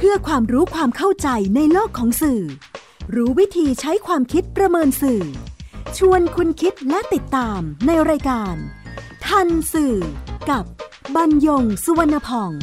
พื่อความรู้ความเข้าใจในโลกของสื่อรู้วิธีใช้ความคิดประเมินสื่อชวนคุณคิดและติดตามในรายการทันสื่อกับบรรยงสุวรรณพอง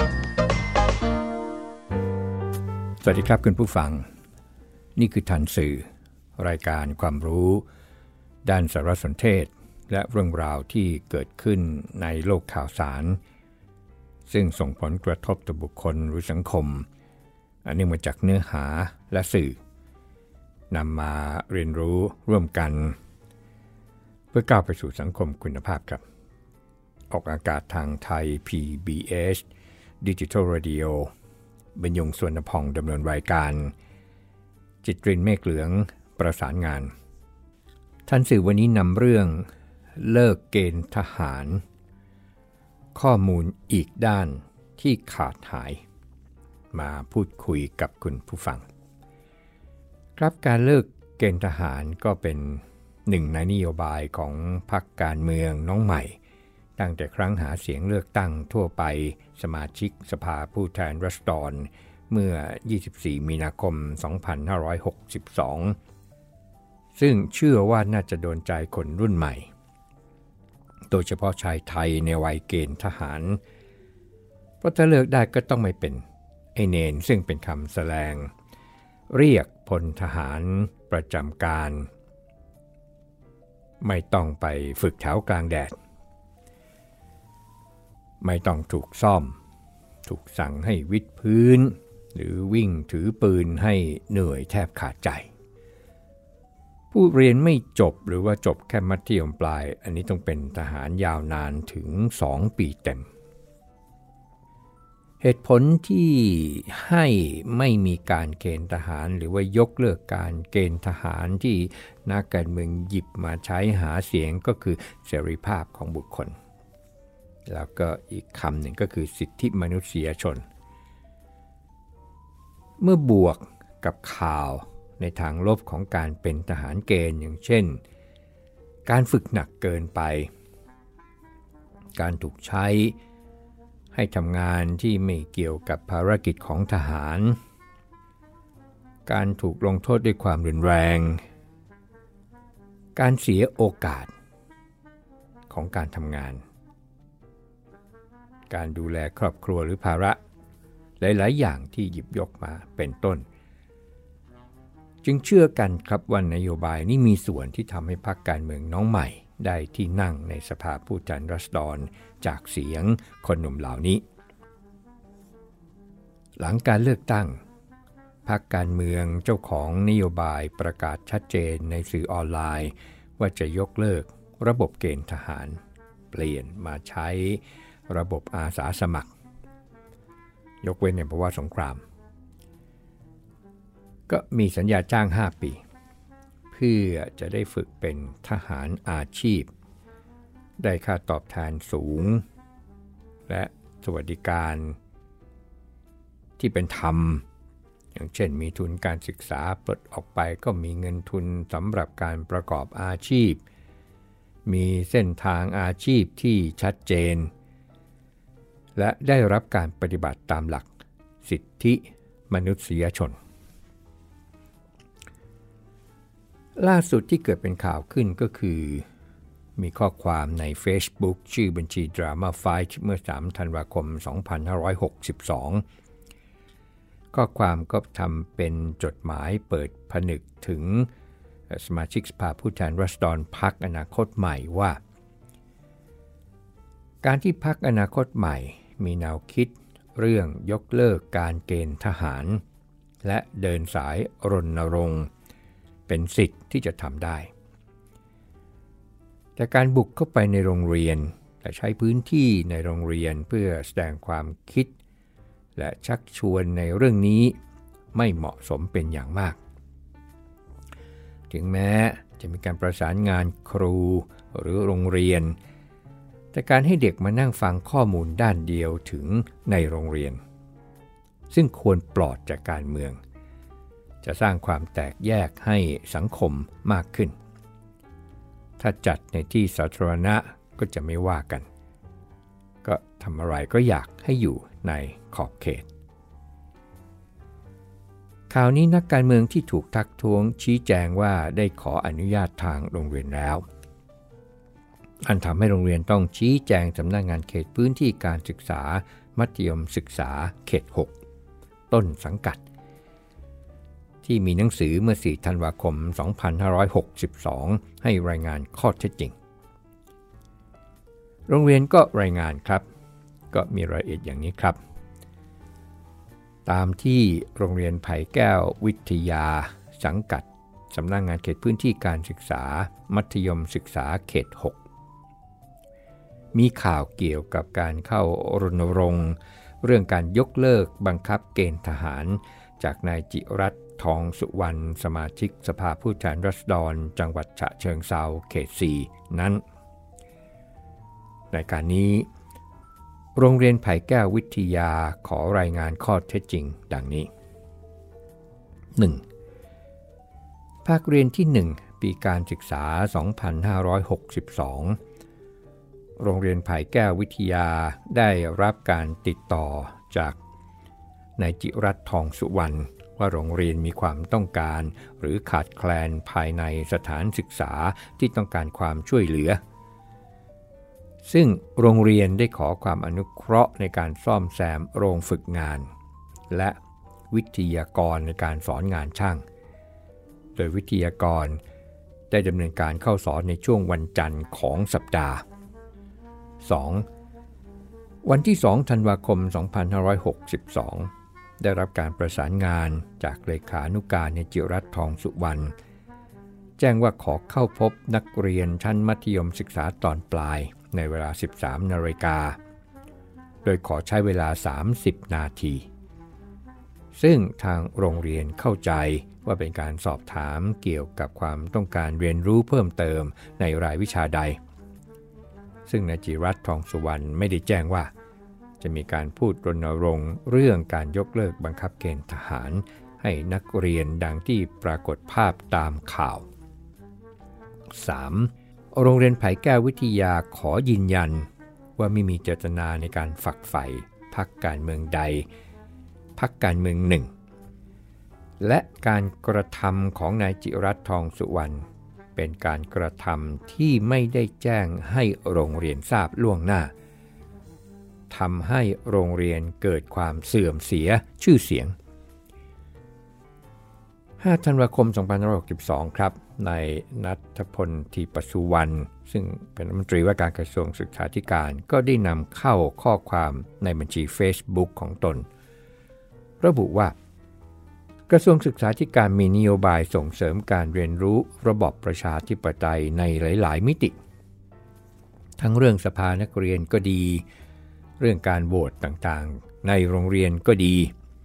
สวัสดีครับคุณผู้ฟังนี่คือทันสื่อรายการความรู้ด้านสารสนเทศและเรื่องราวที่เกิดขึ้นในโลกข่าวสารซึ่งส่งผลกระทบต่อบุคคลหรือสังคมอันนี้มาจากเนื้อหาและสื่อนำมาเรียนรู้ร่วมกันเพื่อก้าวไปสู่สังคมคุณภาพครับออกอากาศทางไทย PBS Digital Radio บรรยงสุวรรณพองดำเนินรายการจิตรินเมฆเหลืองประสานงานท่านสื่อวันนี้นำเรื่องเลิกเกณฑ์ทหารข้อมูลอีกด้านที่ขาดหายมาพูดคุยกับคุณผู้ฟังครับการเลิกเกณฑ์ทหารก็เป็นหนึ่งในนโยบายของพรรคการเมืองน้องใหม่ตั้งแต่ครั้งหาเสียงเลือกตั้งทั่วไปสมาชิกสภาผู้แทนราษฎรเมื่อ24มีนาคม2562ซึ่งเชื่อว่าน่าจะโดนใจคนรุ่นใหม่โดยเฉพาะชายไทยในวัยเกณฑ์ทหารเพราะถ้าเลือกได้ก็ต้องไม่เป็นไอ้เนนซึ่งเป็นคำแสดงเรียกพลทหารประจำการไม่ต้องไปฝึกแถวกลางแดดไม่ต้องถูกซ่อมถูกสั่งให้วิดพื้นหรือวิ่งถือปืนให้เหนื่อยแทบขาดใจผู้เรียนไม่จบหรือว่าจบแค่มัธยมปลายอันนี้ต้องเป็นทหารยาวนานถึง2 ปีเต็มเหตุผลที่ให้ไม่มีการเกณฑ์ทหารหรือว่ายกเลิกการเกณฑ์ทหารที่นักการเมืองหยิบมาใช้หาเสียงก็คือเสรีภาพของบุคคลแล้วก็อีกคำหนึ่งก็คือสิทธิมนุษยชนเมื่อบวกกับข่าวในทางลบของการเป็นทหารเกณฑ์อย่างเช่นการฝึกหนักเกินไปการถูกใช้ให้ทำงานที่ไม่เกี่ยวกับภารกิจของทหารการถูกลงโทษด้วยความรุนแรงการเสียโอกาสของการทำงานการดูแลครอบครัวหรือภาระหลายๆอย่างที่หยิบยกมาเป็นต้นจึงเชื่อกันครับว่านโยบายนี้มีส่วนที่ทำให้พรรคการเมืองน้องใหม่ได้ที่นั่งในสภาผู้แทนราษฎรจากเสียงคนหนุ่มเหล่านี้หลังการเลือกตั้งพรรคการเมืองเจ้าของนโยบายประกาศชัดเจนในสื่อออนไลน์ว่าจะยกเลิกระบบเกณฑ์ทหารเปลี่ยนมาใช้ระบบอาสาสมัครยกเว้นในภาวะสงครามก็มีสัญญาจ้าง5 ปีเพื่อจะได้ฝึกเป็นทหารอาชีพได้ค่าตอบแทนสูงและสวัสดิการที่เป็นธรรมอย่างเช่นมีทุนการศึกษาปลดออกไปก็มีเงินทุนสำหรับการประกอบอาชีพมีเส้นทางอาชีพที่ชัดเจนและได้รับการปฏิบัติตามหลักสิทธิมนุษยชนล่าสุดที่เกิดเป็นข่าวขึ้นก็คือมีข้อความใน Facebook ชื่อบัญชี Drama Fight เมื่อ3 ธันวาคม 2562ข้อความก็ทำเป็นจดหมายเปิดผนึกถึงสมาชิกสภาผู้แทนราษฎรพรรคอนาคตใหม่ว่าการที่พรรคอนาคตใหม่มีแนวคิดเรื่องยกเลิกการเกณฑ์ทหารและเดินสายรณรงค์เป็นสิทธิ์ที่จะทำได้แต่การบุกเข้าไปในโรงเรียนและใช้พื้นที่ในโรงเรียนเพื่อแสดงความคิดและชักชวนในเรื่องนี้ไม่เหมาะสมเป็นอย่างมากถึงแม้จะมีการประสานงานครูหรือโรงเรียนแต่การให้เด็กมานั่งฟังข้อมูลด้านเดียวถึงในโรงเรียนซึ่งควรปลอดจากการเมืองจะสร้างความแตกแยกให้สังคมมากขึ้นถ้าจัดในที่สาธารณะก็จะไม่ว่ากันก็ทำอะไรก็อยากให้อยู่ในขอบเขตข่าวนี้นักการเมืองที่ถูกทักท้วงชี้แจงว่าได้ขออนุญาตทางโรงเรียนแล้วอันทำให้โรงเรียนต้องชี้แจงสำนักงานเขตพื้นที่การศึกษามัธยมศึกษาเขต 6 ต้นสังกัดที่มีหนังสือเมื่อ 4 ธันวาคม 2562 ให้รายงานข้อเท็จจริงโรงเรียนก็รายงานครับก็มีรายละเอียดอย่างนี้ครับตามที่โรงเรียนไผ่แก้ววิทยาสังกัดสำนักงานเขตพื้นที่การศึกษามัธยมศึกษาเขต 6 มีข่าวเกี่ยวกับการเข้ารณรงค์เรื่องการยกเลิกบังคับเกณฑ์ทหารจากนายจิรัตน์ทองสุวรรณสมาชิกสภาผู้แทนราษฎรจังหวัดฉะเชิงเทราเขต 4 นั้นในการนี้โรงเรียนไผ่แก้ววิทยาขอรายงานข้อเท็จจริงดังนี้ 1. ภาคเรียนที่ 1 ปีการศึกษา 2562 โรงเรียนไผ่แก้ววิทยาได้รับการติดต่อจากนายจิรัตน์ทองสุวรรณว่าโรงเรียนมีความต้องการหรือขาดแคลนภายในสถานศึกษาที่ต้องการความช่วยเหลือซึ่งโรงเรียนได้ขอความอนุเคราะห์ในการซ่อมแซมโรงฝึกงานและวิทยากรในการสอนงานช่างโดยวิทยากรได้ดำเนินการเข้าสอนในช่วงวันจันทร์ของสัปดาห์ 2. วันที่ 2 ธันวาคม 2562 ได้รับการประสานงานจากเลขานุการนายจิรัตน์ทองสุวรรณแจ้งว่าขอเข้าพบนักเรียนชั้นมัธยมศึกษาตอนปลายในเวลา 13 นาฬิกาโดยขอใช้เวลา 30 นาทีซึ่งทางโรงเรียนเข้าใจว่าเป็นการสอบถามเกี่ยวกับความต้องการเรียนรู้เพิ่มเติมในรายวิชาใดซึ่งนายจิรัตน์ทองสุวรรณไม่ได้แจ้งว่าจะมีการพูดรณรงค์เรื่องการยกเลิกบังคับเกณฑ์ทหารให้นักเรียนดังที่ปรากฏภาพตามข่าว 3. โรงเรียนไผ่แก้ววิทยาขอยืนยันว่าไม่มีเจตนาในการฝักใฝ่พรรคการเมืองใดพรรคการเมืองหนึ่งและการกระทำของนายจิรัตน์ทองสุวรรณเป็นการกระทำที่ไม่ได้แจ้งให้โรงเรียนทราบล่วงหน้าทำให้โรงเรียนเกิดความเสื่อมเสียชื่อเสียง 5 ธันวาคม 2562 ครับนายณัฐพล ทีปสุวรรณซึ่งเป็นรัฐมนตรีว่าการกระทรวงศึกษาธิการก็ได้นำเข้าข้อความในบัญชี Facebook ของตนระบุว่ากระทรวงศึกษาธิการมีนโยบายส่งเสริมการเรียนรู้ระบอบประชาธิปไตยในหลายๆมิติทั้งเรื่องสภานักเรียนก็ดีเรื่องการโหวตต่างๆในโรงเรียนก็ดี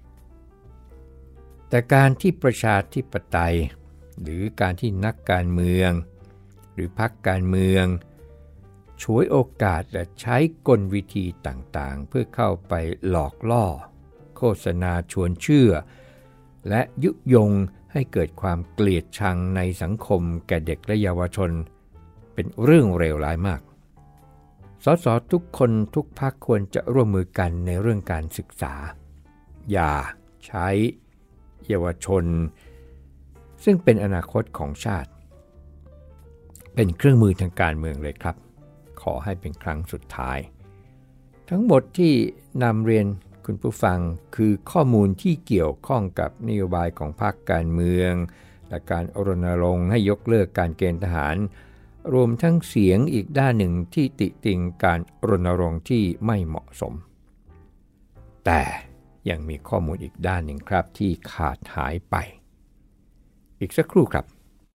แต่การที่ประชาธิปไตยหรือการที่นักการเมืองหรือพรรคการเมืองฉวยโอกาสและใช้กลวิธีต่างๆเพื่อเข้าไปหลอกล่อโฆษณาชวนเชื่อและยุยงให้เกิดความเกลียดชังในสังคมแก่เด็กและเยาวชนเป็นเรื่องเลวร้ายมากสสทุกคนทุกพรรคควรจะร่วมมือกันในเรื่องการศึกษาอย่าใช้เยาวชนซึ่งเป็นอนาคตของชาติเป็นเครื่องมือทางการเมืองเลยครับขอให้เป็นครั้งสุดท้ายทั้งหมดที่นำเรียนคุณผู้ฟังคือข้อมูลที่เกี่ยวข้องกับนโยบายของพรรคการเมืองและการรณรงค์ให้ยกเลิกการเกณฑ์ทหารรวมทั้งเสียงอีกด้านหนึ่งที่ติติงการรณรงค์ที่ไม่เหมาะสมแต่ยังมีข้อมูลอีกด้านหนึ่งครับที่ขาดหายไปอีกสักครู่ครับ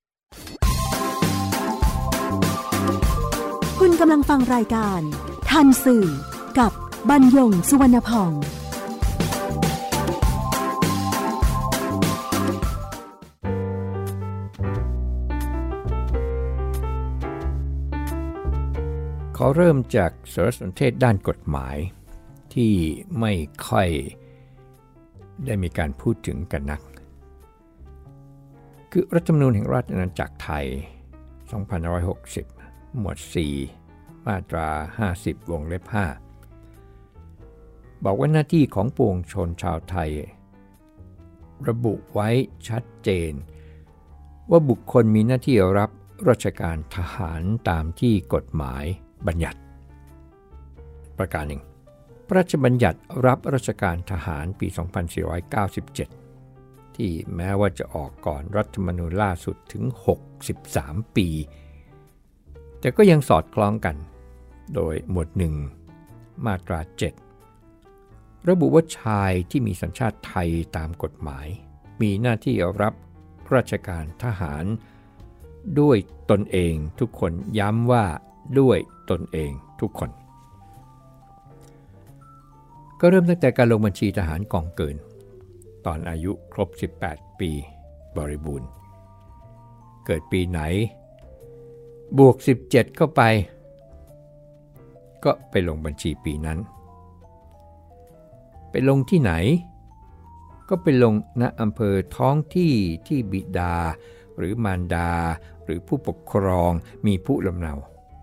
คุณกำลังฟังรายการทันสื่อกับบรรยงสุวรรณพองขอเริ่มจากสารสนเทศด้านกฎหมายที่ไม่ค่อยได้มีการพูดถึงกันนักคือรัฐธรรมนูญแห่งราชอาณาจักรไทย 2560 หมวด 4 มาตรา 50 วงเล็บ 5 บอกว่าหน้าที่ของปวงชนชาวไทยระบุไว้ชัดเจนว่าบุคคลมีหน้าที่รับราชการทหารตามที่กฎหมายบัญญัติประการหนึ่งพระราชบัญญัติรับราชการทหารปี 2497 ที่แม้ว่าจะออกก่อนรัฐธรรมนูญล่าสุดถึง63 ปีแต่ก็ยังสอดคล้องกันโดยหมวด 1 มาตรา 7 ระบุว่าชายที่มีสัญชาติไทยตามกฎหมายมีหน้าที่รับราชการทหารด้วยตนเองทุกคนย้ำว่าด้วยตนเองทุกคนก็เริ่มตั้งแต่การลงบัญชีทหารกองเกินตอนอายุครบ18 ปีบริบูรณ์เกิดปีไหนบวก17เข้าไปก็ไปลงบัญชีปีนั้นไปลงที่ไหนก็ไปลงณอำเภอท้องที่ที่บิดาหรือมารดาหรือผู้ปกครองมีผู้ลำเนา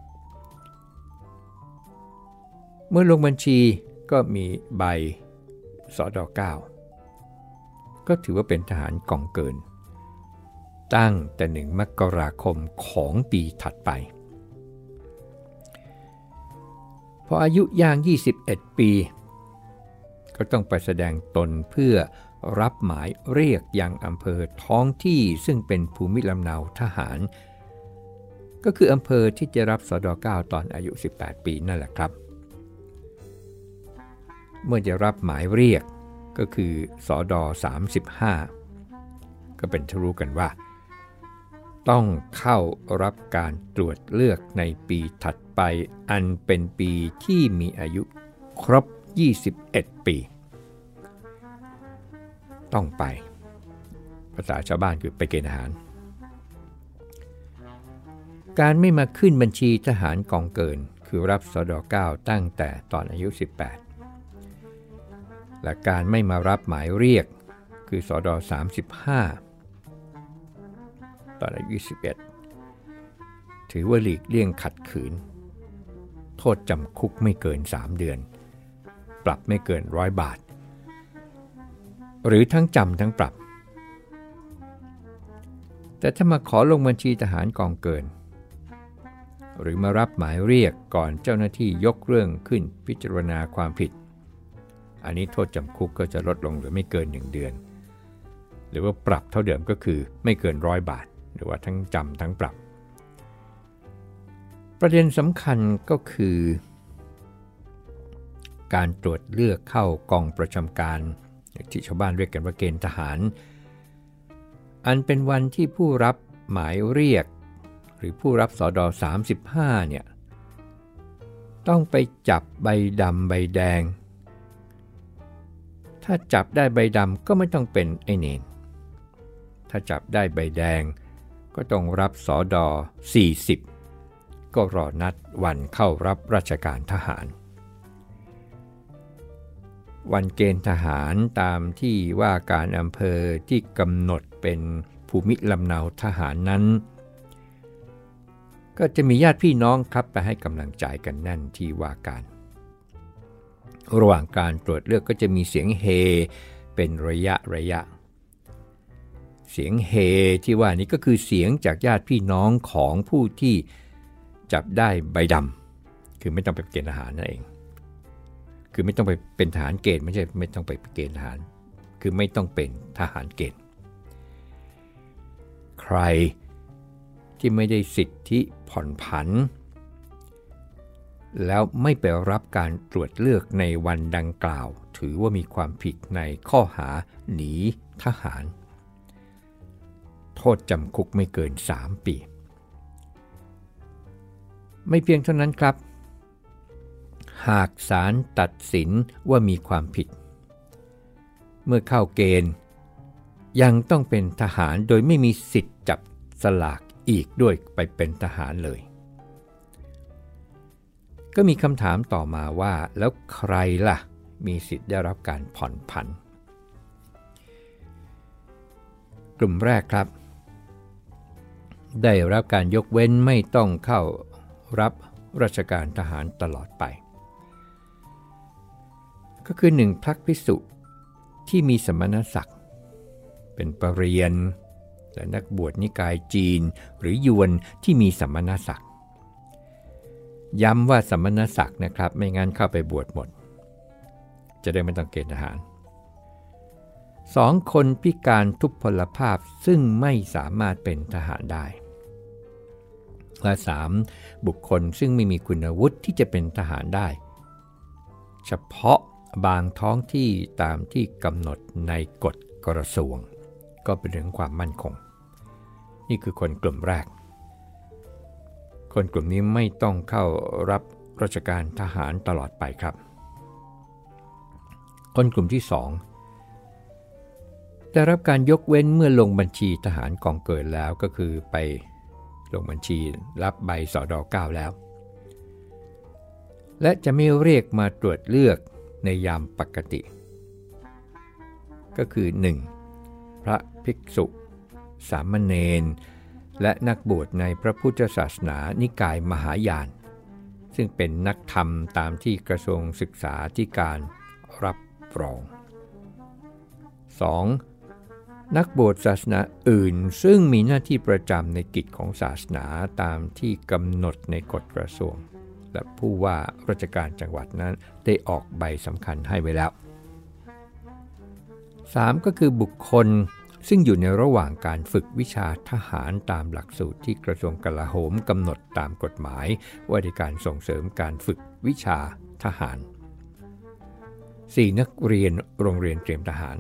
เมื่อลงบัญชีก็มีใบสด.9 ก็ถือว่าเป็นทหารกองเกินตั้งแต่1 มกราคมของปีถัดไปพออายุย่าง21 ปีก็ต้องไปแสดงตนเพื่อรับหมายเรียกยังอำเภอท้องที่ซึ่งเป็นภูมิลำเนาทหารก็คืออำเภอที่จะรับสด.9 ตอนอายุ18 ปีนั่นแหละครับเมื่อจะรับหมายเรียกก็คือสด.35 ก็เป็นที่รู้กันว่าต้องเข้ารับการตรวจเลือกในปีถัดไปอันเป็นปีที่มีอายุครบ21 ปีต้องไปภาษาชาวบ้านคือไปเกณฑ์ทหารการไม่มาขึ้นบัญชีทหารกองเกินคือรับสด.9 ตั้งแต่ตอนอายุ18และการไม่มารับหมายเรียกคือสด.35 ตอนอายุ21ถือว่าหลีกเลี่ยงขัดขืนโทษจำคุกไม่เกิน3 เดือนปรับไม่เกิน100 บาทหรือทั้งจำทั้งปรับแต่ถ้ามาขอลงบัญชีทหารกองเกินหรือมารับหมายเรียกก่อนเจ้าหน้าที่ยกเรื่องขึ้นพิจารณาความผิดอันนี้โทษจำคุกก็จะลดลงเหลือไม่เกิน1 เดือนหรือว่าปรับเท่าเดิมก็คือไม่เกิน100 บาทหรือว่าทั้งจำทั้งปรับประเด็นสำคัญก็คือการตรวจเลือกเข้ากองประจำการที่ชาวบ้านเรียกกันว่าเกณฑ์ทหารอันเป็นวันที่ผู้รับหมายเรียกหรือผู้รับสด.35 เนี่ยต้องไปจับใบดำใบแดงถ้าจับได้ใบดำก็ไม่ต้องเป็นไอ้เนนถ้าจับได้ใบแดงก็ต้องรับสด.40 ก็รอนัดวันเข้ารับราชการทหารวันเกณฑ์ทหารตามที่ว่าการอำเภอที่กำหนดเป็นภูมิลำเนาทหารนั้นก็จะมีญาติพี่น้องครับไปให้กำลังใจกันแน่นที่ว่าการระหว่างการตรวจเลือกก็จะมีเสียงเฮเป็นระยะเสียงเฮที่ว่านี้ก็คือเสียงจากญาติพี่น้องของผู้ที่จับได้ใบดำคือไม่ต้องไปเกณฑ์ทหารนั่นเองคือไม่ต้องไปเป็นทหารเกณฑ์ไม่ใช่ไม่ต้องไปเกณฑ์ทหารคือไม่ต้องเป็นทหารเกณฑ์ใครที่ไม่ได้สิทธิผ่อนผันแล้วไม่ไปรับการตรวจเลือกในวันดังกล่าวถือว่ามีความผิดในข้อหาหนีทหารโทษจำคุกไม่เกิน3 ปีไม่เพียงเท่านั้นครับหากศาลตัดสินว่ามีความผิดเมื่อเข้าเกณฑ์ยังต้องเป็นทหารโดยไม่มีสิทธิ์จับสลากอีกด้วยไปเป็นทหารเลยก็มีคำถามต่อมาว่าแล้วใครล่ะมีสิทธิ์ได้รับการผ่อนผันกลุ่มแรกครับได้รับการยกเว้นไม่ต้องเข้ารับราชการทหารตลอดไปก็คือ1 พระภิกษุที่มีสมณศักดิ์เป็นปริญญาและนักบวชนิกายจีนหรือยวนที่มีสัมมณศักดิ์ย้ำว่าสัมมณศักดิ์นะครับไม่งั้นเข้าไปบวชหมดจะได้ไม่ต้องเกณฑ์ทหาร 2. คนพิการทุพพลภาพซึ่งไม่สามารถเป็นทหารได้และ 3. บุคคลซึ่งไม่มีคุณวุฒิที่จะเป็นทหารได้เฉพาะบางท้องที่ตามที่กำหนดในกฎกระทรวงก็เป็นเรื่องความมั่นคงนี่คือคนกลุ่มแรกคนกลุ่มนี้ไม่ต้องเข้ารับราชการทหารตลอดไปครับคนกลุ่มที่ 2ได้รับการยกเว้นเมื่อลงบัญชีทหารกองเกิดแล้วก็คือไปลงบัญชีรับใบสด.9 แล้วและจะไม่เรียกมาตรวจเลือกในยามปกติก็คือ 1. พระภิกษุสามเณรและนักบวชในพระพุทธศาสนานิกายมหายานซึ่งเป็นนักธรรมตามที่กระทรวงศึกษาธิการรับรอง 2. นักบวชศาสนาอื่นซึ่งมีหน้าที่ประจำในกิจของศาสนาตามที่กำหนดในกฎกระทรวงและผู้ว่าราชการจังหวัดนั้นได้ออกใบสำคัญให้ไว้แล้ว 3. ก็คือบุคคลซึ่งอยู่ในระหว่างการฝึกวิชาทหารตามหลักสูตรที่กระทรวงกลาโหมกำหนดตามกฎหมายว่าด้วยการส่งเสริมการฝึกวิชาทหาร 4. นักเรียนโรงเรียนเตรียมทหาร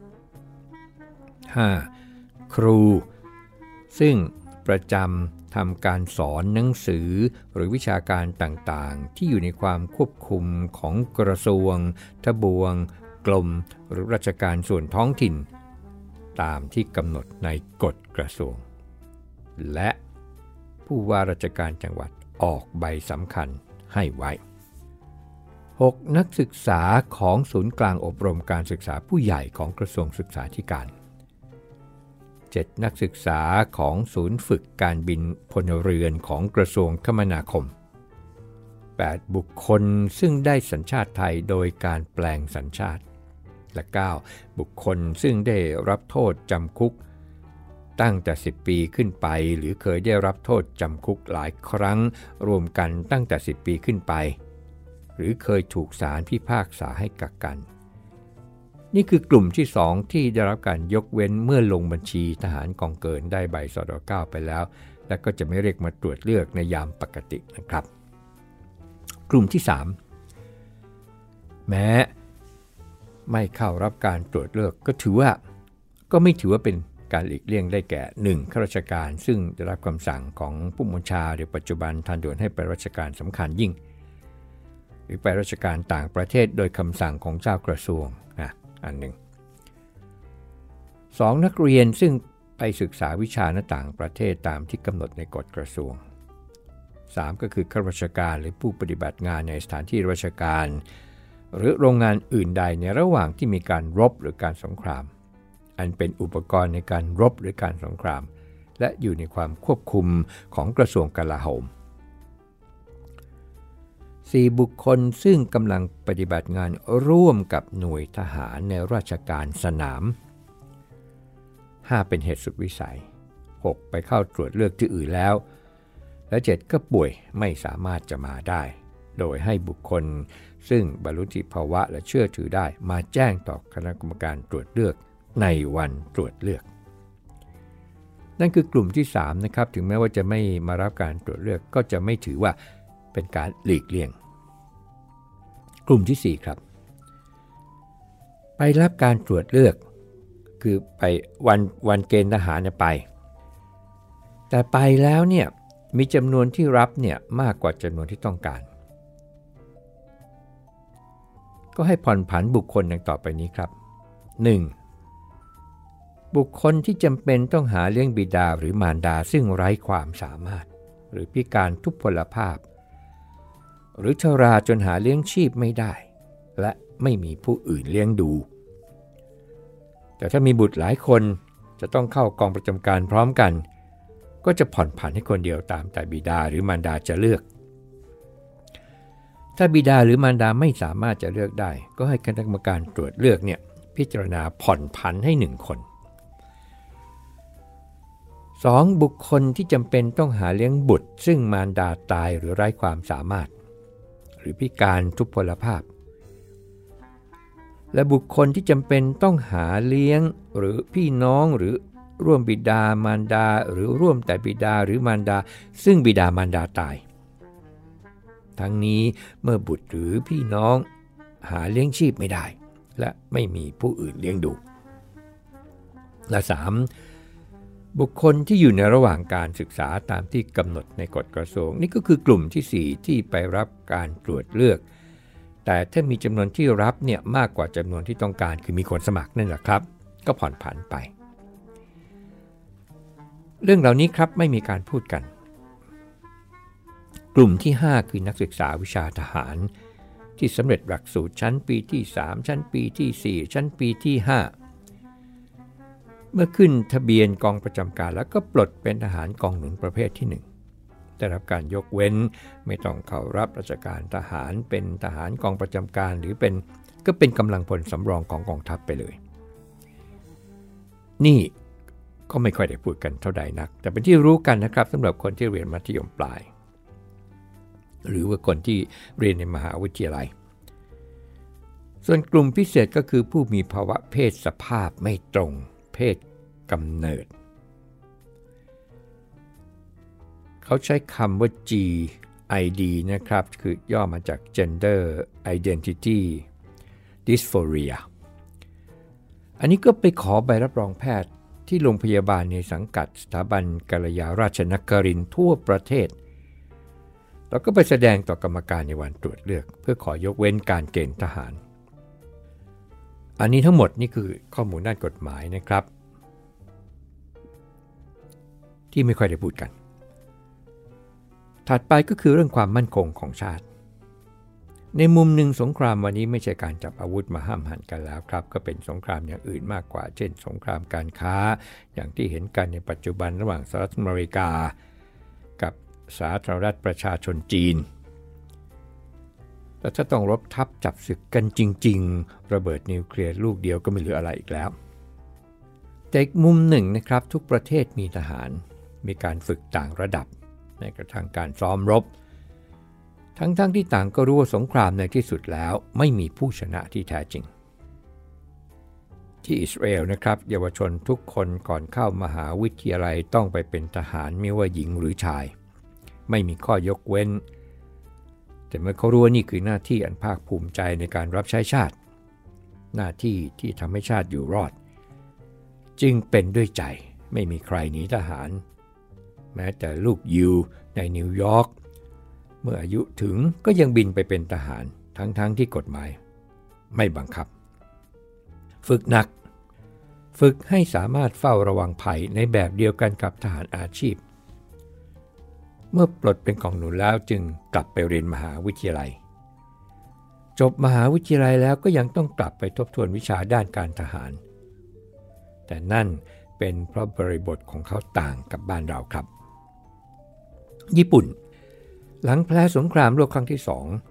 5. ครูซึ่งประจำทำการสอนหนังสือหรือวิชาการต่างๆที่อยู่ในความควบคุมของกระทรวงทบวงกรมหรือราชการส่วนท้องถิ่นตามที่กำหนดในกฎกระทรวงและผู้ว่าราชการจังหวัดออกใบสำคัญให้ไว้ 6. นักศึกษาของศูนย์กลางอบรมการศึกษาผู้ใหญ่ของกระทรวงศึกษาธิการ 7. นักศึกษาของศูนย์ฝึกการบินพลเรือนของกระทรวงคมนาคม 8. บุคคลซึ่งได้สัญชาติไทยโดยการแปลงสัญชาติและ 9. บุคคลซึ่งได้รับโทษจำคุกตั้งแต่10 ปีขึ้นไปหรือเคยได้รับโทษจำคุกหลายครั้งรวมกันตั้งแต่10 ปีขึ้นไปหรือเคยถูกศาลพิพากษาให้กักกันนี่คือกลุ่มที่ 2ที่ได้รับการยกเว้นเมื่อลงบัญชีทหารกองเกินได้ใบสด.9 ไปแล้วและก็จะไม่เรียกมาตรวจเลือกในยามปกตินะครับกลุ่มที่ 3แม้ไม่เข้ารับการตรวจเลือกก็ไม่ถือว่าเป็นการหลีกเลี่ยงได้แก่ 1. ข้าราชการซึ่งได้รับคำสั่งของผู้บัญชาหรือปัจจุบันทันด่วนให้ไปราชการสำคัญยิ่งหรือไปราชการต่างประเทศโดยคำสั่งของเจ้ากระทรวงอันหนึ่ง 2. นักเรียนซึ่งไปศึกษาวิชาในต่างประเทศตามที่กำหนดในกฎกระทรวง 3. ก็คือข้าราชการหรือผู้ปฏิบัติงานในสถานที่ราชการหรือโรงงานอื่นใดในระหว่างที่มีการรบหรือการสงครามอันเป็นอุปกรณ์ในการรบหรือการสงครามและอยู่ในความควบคุมของกระทรวงกลาโหม 4. บุคคลซึ่งกำลังปฏิบัติงานร่วมกับหน่วยทหารในราชการสนาม 5. เป็นเหตุสุดวิสัย 6. ไปเข้าตรวจเลือกที่อื่นแล้วและ 7. ก็ป่วยไม่สามารถจะมาได้โดยให้บุคคลซึ่งบรรลุนิติภาวะและเชื่อถือได้มาแจ้งต่อคณะกรรมการตรวจเลือกในวันตรวจเลือกนั่นคือกลุ่มที่ 3นะครับถึงแม้ว่าจะไม่มารับการตรวจเลือกก็จะไม่ถือว่าเป็นการหลีกเลี่ยงกลุ่มที่ 4ครับไปรับการตรวจเลือกคือไปวันเกณฑ์ทหารไปแต่ไปแล้วเนี่ยมีจำนวนที่รับเนี่ยมากกว่าจำนวนที่ต้องการก็ให้ผ่อนผันบุคคลดังต่อไปนี้ครับ 1. บุคคลที่จำเป็นต้องหาเลี้ยงบิดาหรือมารดาซึ่งไร้ความสามารถหรือพิการทุพพลภาพหรือชราจนหาเลี้ยงชีพไม่ได้และไม่มีผู้อื่นเลี้ยงดูแต่ถ้ามีบุตรหลายคนจะต้องเข้ากองประจำการพร้อมกันก็จะผ่อนผันให้คนเดียวตามแต่บิดาหรือมารดาจะเลือกถ้าบิดาหรือมารดาไม่สามารถจะเลือกได้ก็ให้คณะกรรมการตรวจเลือกเนี่ยพิจารณาผ่อนผันให้1คน 2. บุคคลที่จำเป็นต้องหาเลี้ยงบุตรซึ่งมารดาตายหรือไร้ความสามารถหรือพิการทุพพลภาพและบุคคลที่จำเป็นต้องหาเลี้ยงหรือพี่น้องหรือร่วมบิดามารดาหรือร่วมแต่บิดาหรือมารดาซึ่งบิดามารดาตายทั้งนี้เมื่อบุตรหรือพี่น้องหาเลี้ยงชีพไม่ได้และไม่มีผู้อื่นเลี้ยงดูและ 3. บุคคลที่อยู่ในระหว่างการศึกษาตามที่กำหนดในกฎกระทรวงนี่ก็คือกลุ่มที่ 4 ที่ไปรับการตรวจเลือกแต่ถ้ามีจำนวนที่รับเนี่ยมากกว่าจำนวนที่ต้องการคือมีคนสมัครนั่นแหละครับก็ผ่อนผันไปเรื่องเหล่านี้ครับไม่มีการพูดกันกลุ่มที่ 5 คือนักศึกษาวิชาทหารที่สำเร็จหลักสูตรชั้นปีที่ 3 ชั้นปีที่ 4 ชั้นปีที่ 5เมื่อขึ้นทะเบียนกองประจำการแล้วก็ปลดเป็นทหารกองหนุนประเภทที่ 1ได้รับการยกเว้นไม่ต้องเข้ารับราชการทหารเป็นทหารกองประจำการหรือเป็นกำลังพลสำรองของกองทัพไปเลยนี่ก็ไม่ค่อยได้พูดกันเท่าใดนักแต่เป็นที่รู้กันนะครับสำหรับคนที่เรียนมัธยมปลายหรือว่าคนที่เรียนในมหาวิทยาลัยส่วนกลุ่มพิเศษก็คือผู้มีภาวะเพศสภาพไม่ตรงเพศกำเนิดเขาใช้คำว่า GID นะครับคือย่อมาจาก Gender Identity Dysphoria อันนี้ก็ไปขอใบรับรองแพทย์ที่โรงพยาบาลในสังกัดสถาบันกัลยาราชนครินทร์ทั่วประเทศแล้วก็ไปแสดงต่อกรรมการในวันตรวจเลือกเพื่อขอยกเว้นการเกณฑ์ทหารอันนี้ทั้งหมดนี่คือข้อมูลด้านกฎหมายนะครับที่ไม่ค่อยได้พูดกันถัดไปก็คือเรื่องความมั่นคงของชาติในมุมหนึ่งสงครามวันนี้ไม่ใช่การจับอาวุธมาห้ามหันกันแล้วครับก็เป็นสงครามอย่างอื่นมากกว่าเช่นสงครามการค้าอย่างที่เห็นกันในปัจจุบันระหว่างสหรัฐอเมริกากับสาธารณรัฐประชาชนจีนแต่ถ้าต้องรบทับจับศึกกันจริงๆระเบิดนิวเคลียร์ลูกเดียวก็ไม่เหลืออะไรอีกแล้วแต่อีกมุมหนึ่งนะครับทุกประเทศมีทหารมีการฝึกต่างระดับในกระทั่งการซ้อมรบทั้งที่ต่างก็รู้ว่าสงครามในที่สุดแล้วไม่มีผู้ชนะที่แท้จริงที่อิสราเอลนะครับเยาวชนทุกคนก่อนเข้ามหาวิทยาลัยต้องไปเป็นทหารไม่ว่าหญิงหรือชายไม่มีข้อยกเว้นแต่เมื่อเขารู้ว่านี่คือหน้าที่อันภาคภูมิใจในการรับใช้ชาติหน้าที่ที่ทำให้ชาติอยู่รอดจึงเป็นด้วยใจไม่มีใครหนีทหารแม้แต่ลูกยิวในนิวยอร์กเมื่ออายุถึงก็ยังบินไปเป็นทหารทั้งที่กฎหมายไม่บังคับฝึกหนักฝึกให้สามารถเฝ้าระวังภัยในแบบเดียวกันกับทหารอาชีพเมื่อปลดเป็นกองหนุนแล้วจึงกลับไปเรียนมหาวิทยาลัยจบมหาวิทยาลัยแล้วก็ยังต้องกลับไปทบทวนวิชาด้านการทหารแต่นั่นเป็นเพราะบริบทของเขาต่างกับบ้านเราครับญี่ปุ่นหลังแพ้สงครามโลกครั้งที่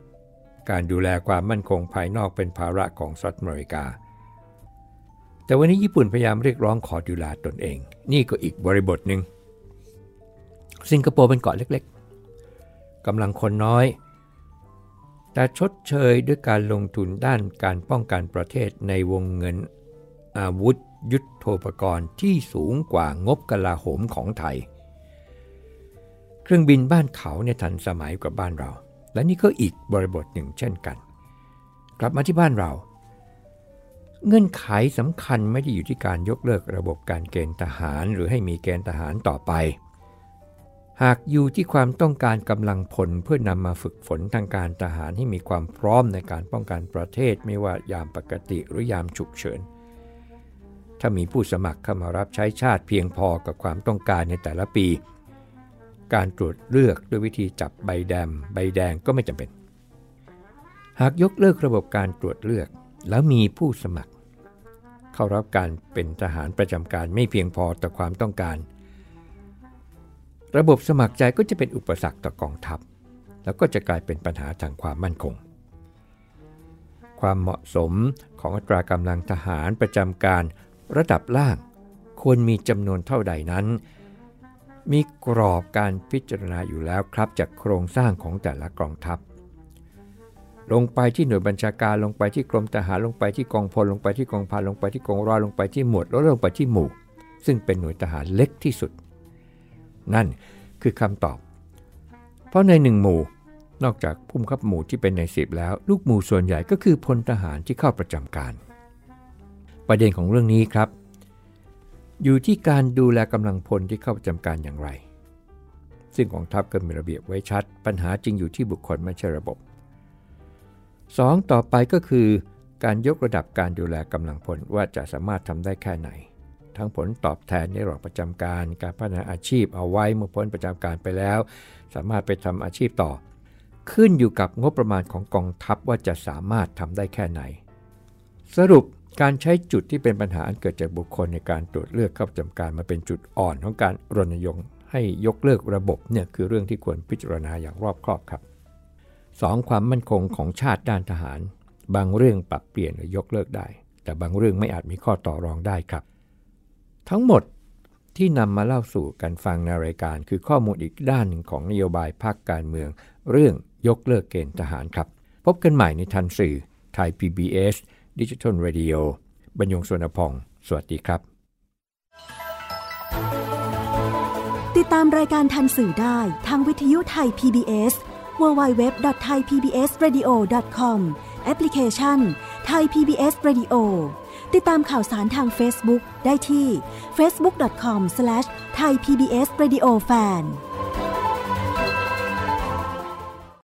2การดูแลความมั่นคงภายนอกเป็นภาระของสหรัฐอเมริกาแต่วันนี้ญี่ปุ่นพยายามเรียกร้องขอดูแลตนเองนี่ก็อีกบริบทหนึ่งสิงคโปร์เป็นเกาะเล็กๆกำลังคนน้อยแต่ชดเชยด้วยการลงทุนด้านการป้องกันประเทศในวงเงินอาวุธยุทโธปกรณ์ที่สูงกว่างบกลาโหมของไทยเครื่องบินบ้านเขาเนี่ยทันสมัยกว่าบ้านเราและนี่ก็อีกบริบทหนึ่งเช่นกันกลับมาที่บ้านเราเงื่อนไขสำคัญไม่ได้อยู่ที่การยกเลิกระบบการเกณฑ์ทหารหรือให้มีเกณฑ์ทหารต่อไปหากอยู่ที่ความต้องการกำลังพลเพื่อนำมาฝึกฝนทางการทหารให้มีความพร้อมในการป้องกันประเทศไม่ว่ายามปกติหรือยามฉุกเฉินถ้ามีผู้สมัครเข้ามารับใช้ชาติเพียงพอกับความต้องการในแต่ละปีการตรวจเลือกด้วยวิธีจับใบแดงก็ไม่จำเป็นหากยกเลิกระบบการตรวจเลือกแล้วมีผู้สมัครเข้ารับการเป็นทหารประจำการไม่เพียงพอต่อความต้องการระบบสมัครใจก็จะเป็นอุปสรรคต่อกองทัพแล้วก็จะกลายเป็นปัญหาทางความมั่นคงความเหมาะสมของอัตรากำลังทหารประจำการระดับล่างควรมีจำนวนเท่าใดนั้นมีกรอบการพิจารณาอยู่แล้วครับจากโครงสร้างของแต่ละกองทัพลงไปที่หน่วยบัญชาการลงไปที่กรมทหารลงไปที่กองพลลงไปที่กองพันลงไปที่กองร้อยลงไปที่หมวดแล้วลงไปที่หมู่ซึ่งเป็นหน่วยทหารเล็กที่สุดนั่นคือคำตอบเพราะใน1หมู่นอกจากผู้บังคับหมู่ที่เป็นใน10แล้วลูกหมู่ส่วนใหญ่ก็คือพลทหารที่เข้าประจำการประเด็นของเรื่องนี้ครับอยู่ที่การดูแลกำลังพลที่เข้าประจำการอย่างไรซึ่งกองทัพก็มีระเบียบไว้ชัดปัญหาจริงอยู่ที่บุคคลไม่ใช่ระบบ2ต่อไปก็คือการยกระดับการดูแลกำลังพลว่าจะสามารถทำได้แค่ไหนทั้งผลตอบแทนในระหว่างประจำการการพัฒนาอาชีพเอาไว้เมื่อพ้นประจำการไปแล้วสามารถไปทำอาชีพต่อขึ้นอยู่กับงบประมาณของกองทัพว่าจะสามารถทำได้แค่ไหนสรุปการใช้จุดที่เป็นปัญหาอันเกิดจากบุคคลในการตรวจเลือกเข้าประจำการมาเป็นจุดอ่อนของการรณรงค์ให้ยกเลิกระบบเนี่ยคือเรื่องที่ควรพิจารณาอย่างรอบคอบครับ2ความมั่นคงของชาติด้านทหารบางเรื่องปรับเปลี่ยนหรือยกเลิกได้แต่บางเรื่องไม่อาจมีข้อต่อรองได้ครับทั้งหมดที่นำมาเล่าสู่กันฟังในรายการคือข้อมูลอีกด้านหนึ่งของนโยบายพรรคการเมืองเรื่องยกเลิกเกณฑ์ทหารครับพบกันใหม่ในทันสื่อไทย PBS Digital Radio บรรยงสวนพงศ์สวัสดีครับติดตามรายการทันสื่อได้ทางวิทยุไทย PBS www.thaipbsradio.com แอปพลิเคชัน Thai PBS Radio ติดตามข่าวสารทาง Facebook ได้ที่ facebook.com/thaipbsradiofan